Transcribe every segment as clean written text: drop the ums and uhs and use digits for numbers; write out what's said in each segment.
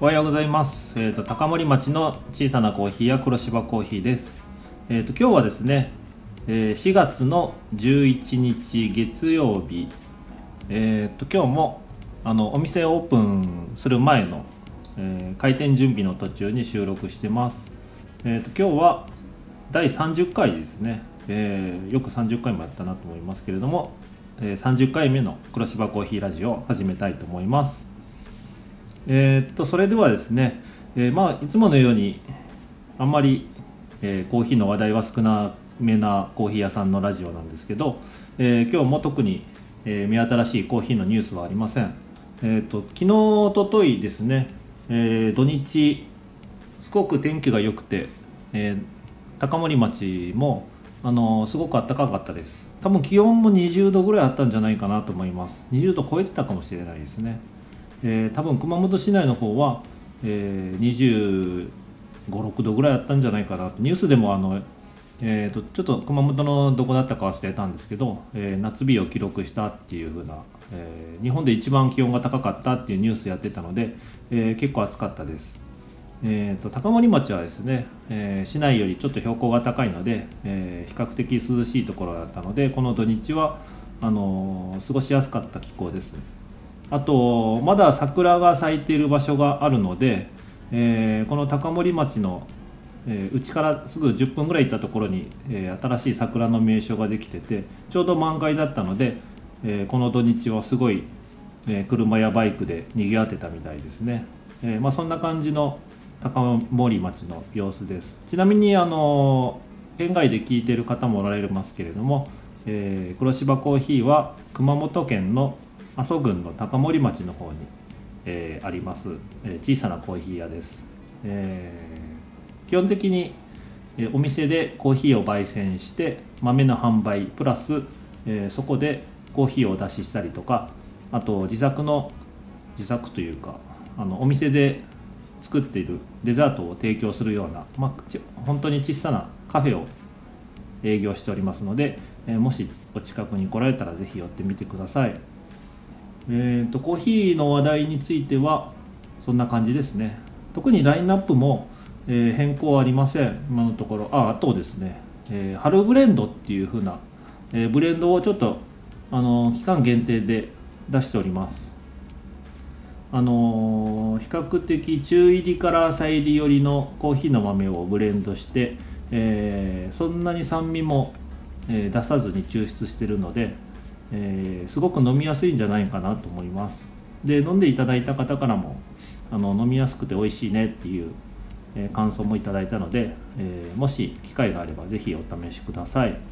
おはようございます。高森町の小さなコーヒー屋黒芝コーヒーです。今日はですね、4月の11日月曜日、今日もお店をオープンする前の、開店準備の途中に収録してます。今日は第30回ですね、よく30回もやったなと思いますけれども、30回目の黒芝コーヒーラジオを始めたいと思います。それではですね、いつものようにあんまり、コーヒーの話題は少なめなコーヒー屋さんのラジオなんですけど、今日も特に、目新しいコーヒーのニュースはありません。昨日おとといですね、土日すごく天気が良くて、高森町もすごく暖かかったです。多分気温も20度ぐらいあったんじゃないかなと思います。20度超えてたかもしれないですね。多分熊本市内の方は、25、6度ぐらいあったんじゃないかなと。ニュースでもちょっと熊本のどこだったか忘れたんですけど、夏日を記録したっていう風な、日本で一番気温が高かったっていうニュースやってたので、結構暑かったです。高森町はですね、市内よりちょっと標高が高いので、比較的涼しいところだったので、この土日は過ごしやすかった気候です。あとまだ桜が咲いている場所があるので、この高森町のうちからすぐ10分ぐらい行ったところに、新しい桜の名所ができてて、ちょうど満開だったので、この土日はすごい、車やバイクで賑わってたみたいですね。そんな感じの高森町の様子です。ちなみに県外で聞いている方もおられますけれども、黒芝コーヒーは熊本県の阿蘇郡の高森町の方に、あります、小さなコーヒー屋です。基本的に、お店でコーヒーを焙煎して豆の販売プラス、そこでコーヒーをお出ししたりとか、あと自作というかお店で作っているデザートを提供するような、本当に小さなカフェを営業しておりますので、もしお近くに来られたらぜひ寄ってみてください。コーヒーの話題についてはそんな感じですね。特にラインナップも、変更はありません今のところ。あとですね、春ブレンドっていう風な、ブレンドをちょっと期間限定で出しております。比較的中入りから浅入り寄りのコーヒーの豆をブレンドして、そんなに酸味も、出さずに抽出しているので、すごく飲みやすいんじゃないかなと思います。で、飲んでいただいた方からも飲みやすくて美味しいねっていう、感想もいただいたので、もし機会があればぜひお試しください。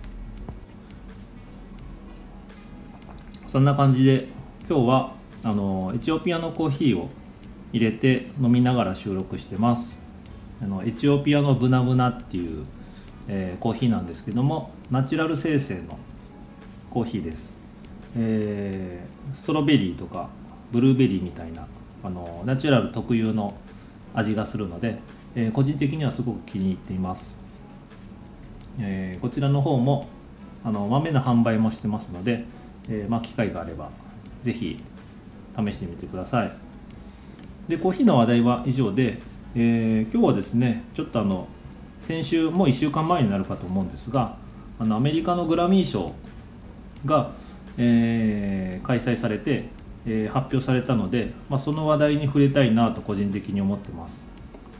そんな感じで今日はエチオピアのコーヒーを入れて飲みながら収録してます。エチオピアのブナブナっていう、コーヒーなんですけども、ナチュラル生成のコーヒーです。ストロベリーとかブルーベリーみたいなナチュラル特有の味がするので、個人的にはすごく気に入っています。こちらの方も豆の販売もしてますので、機会があればぜひ試してみてください。で、コーヒーの話題は以上で、今日はですね、ちょっと先週もう1週間前になるかと思うんですが、アメリカのグラミー賞が、開催されて、発表されたので、その話題に触れたいなと個人的に思ってます。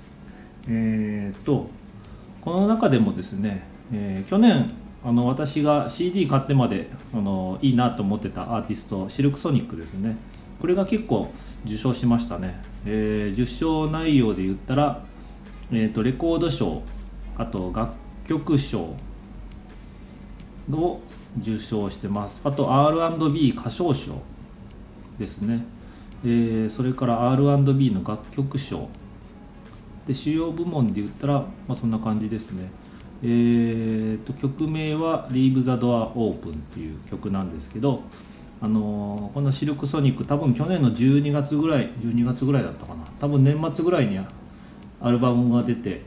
この中でもですね、去年私が CD 買ってまでいいなと思ってたアーティスト、シルクソニックですね。これが結構受賞しましたね。受賞内容で言ったら、レコード賞、あと楽曲賞を受賞してます。あと R&B 歌唱賞ですね。それから R&B の楽曲賞で、主要部門で言ったら、そんな感じですね。曲名は Leave the Door Open っていう曲なんですけど、このシルクソニック、多分去年の12月ぐらいだったかな、多分年末ぐらいにアルバムが出て、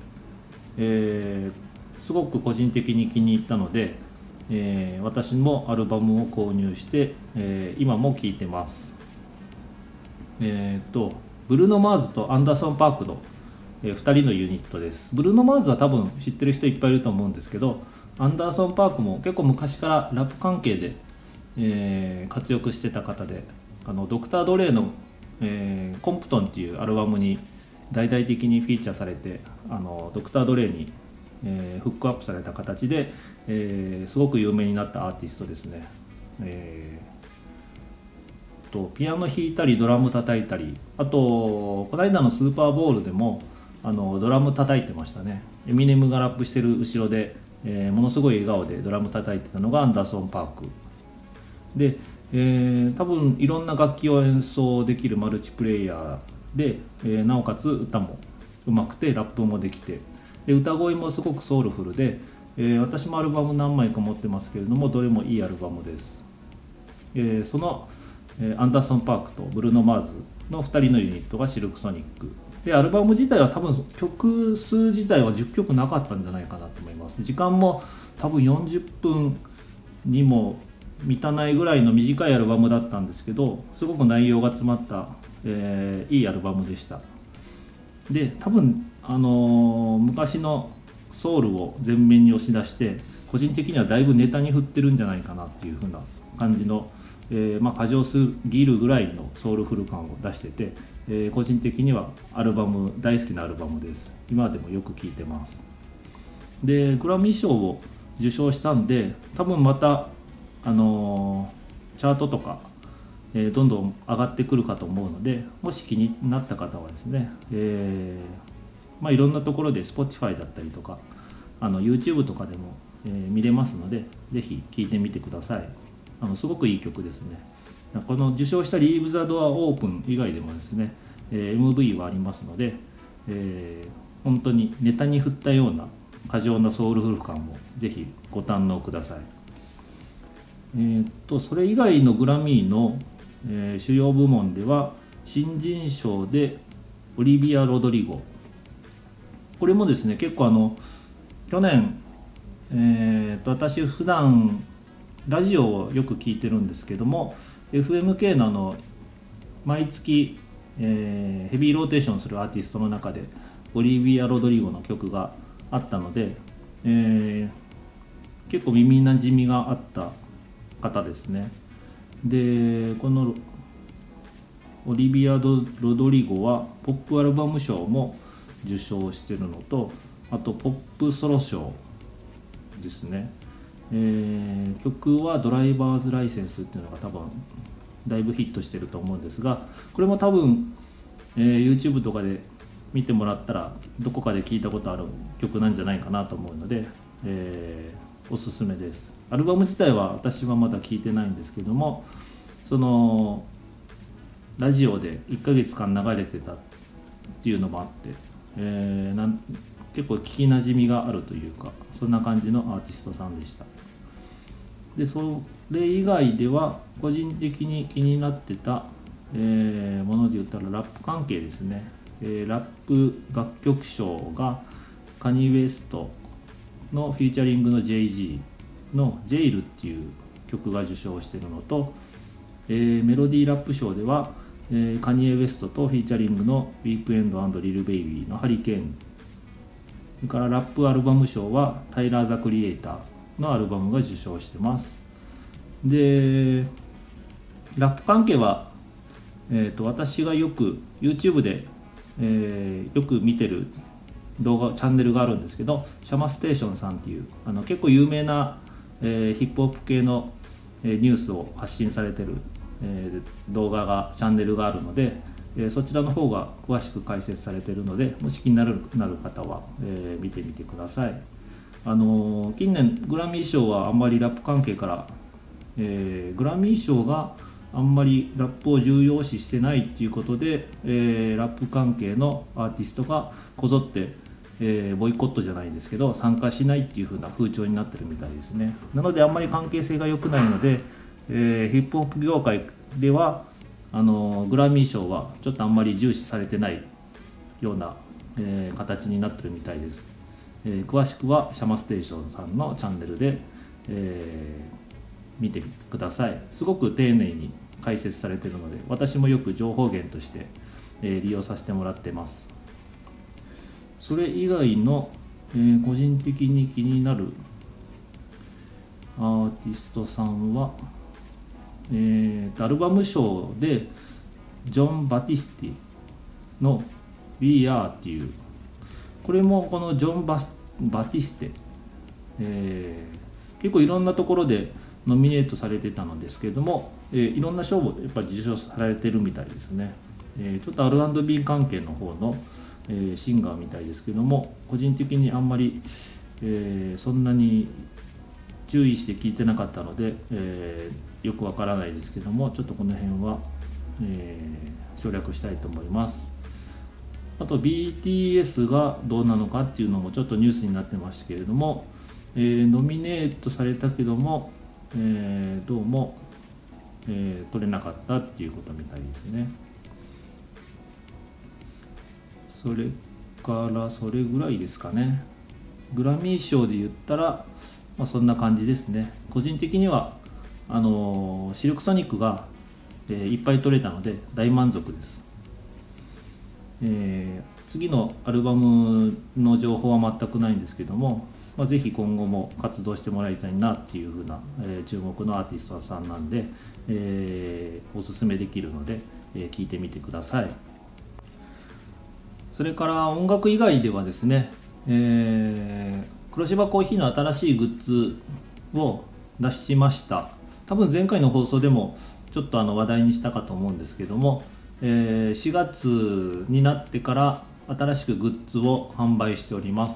すごく個人的に気に入ったので、私もアルバムを購入して、今も聴いてます。 ブルーノ・マーズとアンダーソン・パークの、2人のユニットです。ブルーノ・マーズは多分知ってる人いっぱいいると思うんですけど、アンダーソン・パークも結構昔からラップ関係で、活躍してた方で、ドクター・ドレイの、コンプトンっていうアルバムに大々的にフィーチャーされて、ドクター・ドレイに、フックアップされた形で、すごく有名になったアーティストですね。ピアノ弾いたりドラム叩いたり、あとこの間のスーパーボールでもドラム叩いてましたね。エミネムがラップしてる後ろで、ものすごい笑顔でドラム叩いてたのがアンダーソン・パークで、多分いろんな楽器を演奏できるマルチプレイヤーで、なおかつ歌も上手くてラップもできて、で歌声もすごくソウルフルで、私もアルバム何枚か持ってますけれども、どれもいいアルバムです。そのアンダーソン・パークとブルーノ・マーズの2人のユニットがシルクソニックで、アルバム自体は多分曲数自体は10曲なかったんじゃないかなと思います。時間も多分40分にも満たないぐらいの短いアルバムだったんですけど、すごく内容が詰まった、いいアルバムでした。で多分、昔のソウルを前面に押し出して、個人的にはだいぶネタに振ってるんじゃないかなっていう風な感じの、過剰すぎるぐらいのソウルフル感を出してて、個人的には大好きなアルバムです。今でもよく聴いてます。でグラミー賞を受賞したんで、多分またチャートとか、どんどん上がってくるかと思うので、もし気になった方はですね、いろんなところで Spotify だったりとかYouTube とかでも、見れますので、ぜひ聴いてみてください。すごくいい曲ですね。この受賞した Leave the Door Open 以外でもですね、MV はありますので、本当にネタに振ったような過剰なソウルフル感もぜひご堪能ください。それ以外のグラミーの、主要部門では新人賞でオリビア・ロドリゴ、これもですね結構去年、私普段ラジオをよく聞いてるんですけども、 FMK の毎月、ヘビーローテーションするアーティストの中でオリビア・ロドリゴの曲があったので、結構耳なじみがあった方ですね。でこのオリビア・ロドリゴはポップアルバム賞も受賞してるのと、あとポップソロ賞ですね。曲はドライバーズライセンスっていうのが多分だいぶヒットしてると思うんですが、これも多分、YouTube とかで見てもらったらどこかで聞いたことある曲なんじゃないかなと思うので、おすすめです。アルバム自体は私はまだ聞いてないんですけども、そのラジオで1ヶ月間流れてたっていうのもあって、結構聞きなじみがあるというか、そんな感じのアーティストさんでした。でそれ以外では個人的に気になってた、もので言ったらラップ関係ですね。ラップ楽曲賞がカニウェストのフィーチャリングの JG の Jail っていう曲が受賞しているのと、メロディーラップ賞では、カニエ・ウェストとフィーチャリングのウィークエンド&リル・ベイビーのハリケーン、それからラップアルバム賞はタイラー・ザ・クリエイターのアルバムが受賞してます。でラップ関係は、私がよく YouTube で、よく見てる動画チャンネルがあるんですけど、シャマステーションさんっていう結構有名な、ヒップホップ系の、ニュースを発信されてる、動画がチャンネルがあるので、そちらの方が詳しく解説されているので、もし気になる方は、見てみてください。近年グラミー賞はあんまりラップ関係から、グラミー賞があんまりラップを重要視してないっていうことで、ラップ関係のアーティストがこぞって、ボイコットじゃないですけど参加しないっていう風な風潮になってるみたいですね。なのであんまり関係性が良くないので、ヒップホップ業界ではグラミー賞はちょっとあんまり重視されてないような、形になってるみたいです。詳しくはシャマステーションさんのチャンネルで、見てください。すごく丁寧に解説されているので、私もよく情報源として、 利用させてもらってます。それ以外の、個人的に気になるアーティストさんは、アルバム賞でジョン・バティスティの We Are っていう、これもこのジョン・バティステ、結構いろんなところでノミネートされてたのですけれども、いろんな賞をやっぱり受賞されてるみたいですね。ちょっと R&B 関係の方の、シンガーみたいですけども、個人的にあんまり、そんなに注意して聞いてなかったので、よくわからないですけども、ちょっとこの辺は、省略したいと思います。あと BTS がどうなのかっていうのもちょっとニュースになってましたけれども、ノミネートされたけども、どうも、取れなかったっていうことみたいですね。それからそれぐらいですかね。グラミー賞で言ったら、そんな感じですね。個人的にはシルクソニックが、いっぱい取れたので大満足です。次のアルバムの情報は全くないんですけども、ぜひ今後も活動してもらいたいなっていう風な、注目のアーティストさんなんで、おすすめできるので、聞いてみてください。それから音楽以外ではですね、黒芝コーヒーの新しいグッズを出しました。多分前回の放送でもちょっと話題にしたかと思うんですけども、4月になってから新しくグッズを販売しております。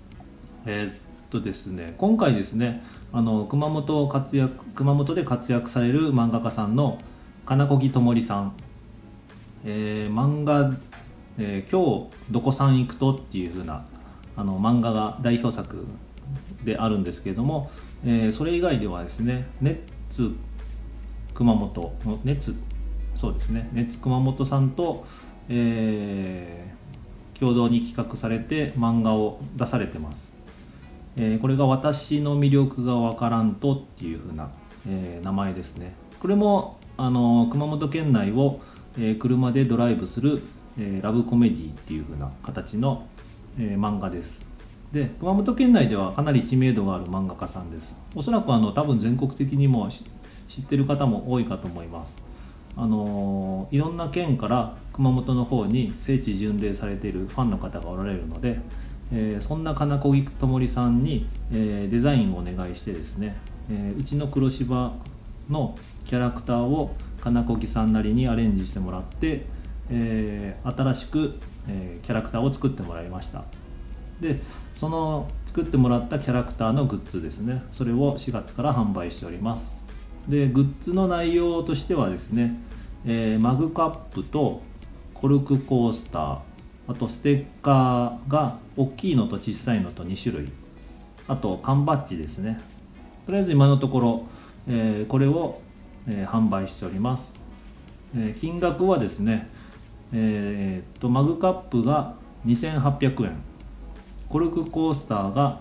ですね、今回ですね、熊本で活躍される漫画家さんの金子木ともりさん、漫画、今日どこさん行くとっていう風な漫画が代表作であるんですけれども、それ以外ではですね、ネッツ熊本さんと、共同に企画されて漫画を出されてます。これが私の魅力がわからんとっていう風な、名前ですね。これも熊本県内を、車でドライブする、ラブコメディっていう風な形の、漫画です。で、熊本県内ではかなり知名度がある漫画家さんです。おそらく多分全国的にも知ってる方も多いかと思います。いろんな県から熊本の方に聖地巡礼されているファンの方がおられるので、そんな金子ともりさんに、デザインをお願いしてですね、うちの黒芝のキャラクターを金子さんなりにアレンジしてもらって、新しく、キャラクターを作ってもらいました。で、その作ってもらったキャラクターのグッズですね、それを4月から販売しております。で、グッズの内容としてはですね、マグカップとコルクコースター、あとステッカーが大きいのと小さいのと2種類、あと缶バッジですね。とりあえず今のところ、これを、販売しております。金額はですね、マグカップが2800円、コルクコースターが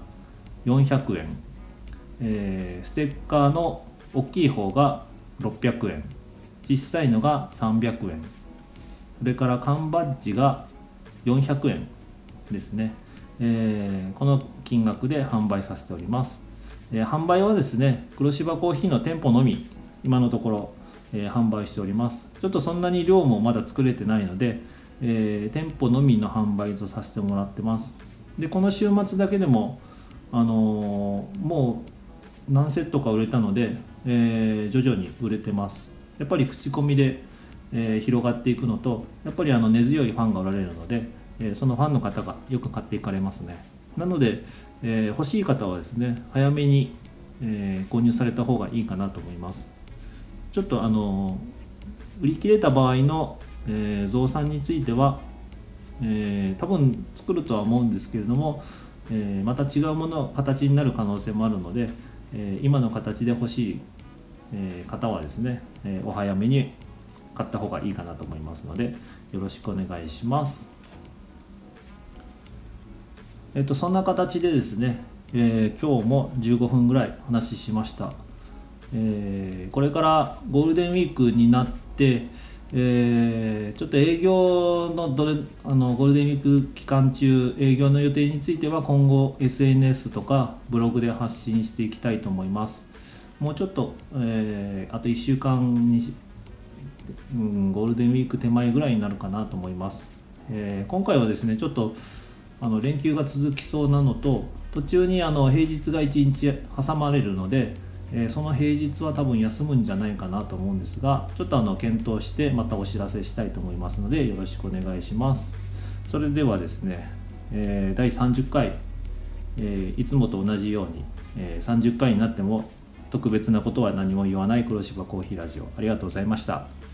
400円、ステッカーの大きい方が600円、小さいのが300円、それから缶バッジが400円ですね。この金額で販売させております。販売はですね、黒芝コーヒーの店舗のみ今のところ、販売しております。ちょっとそんなに量もまだ作れてないので、店舗のみの販売とさせてもらってます。で、この週末だけでも、もう何セットか売れたので、徐々に売れてます。やっぱり口コミで、広がっていくのと、やっぱり根強いファンがおられるので、そのファンの方がよく買っていかれますね。なので、欲しい方はですね、早めに、購入された方がいいかなと思います。ちょっと売り切れた場合の、増産については、多分作るとは思うんですけれども、また違うもの形になる可能性もあるので、今の形で欲しい、方はですね、お早めに買った方がいいかなと思いますので、よろしくお願いします。そんな形でですね、今日も15分ぐらい話しました。これからゴールデンウィークになって、 ちょっと営業のゴールデンウィーク期間中、営業の予定については今後 SNS とかブログで発信していきたいと思います。もうちょっと、あと1週間に、ゴールデンウィーク手前ぐらいになるかなと思います。今回はですね、ちょっと連休が続きそうなのと、途中に平日が1日挟まれるので、その平日は多分休むんじゃないかなと思うんですが、ちょっと検討してまたお知らせしたいと思いますので、よろしくお願いします。それではですね、第30回、いつもと同じように、30回になっても特別なことは何も言わない黒芝コーヒーラジオ、ありがとうございました。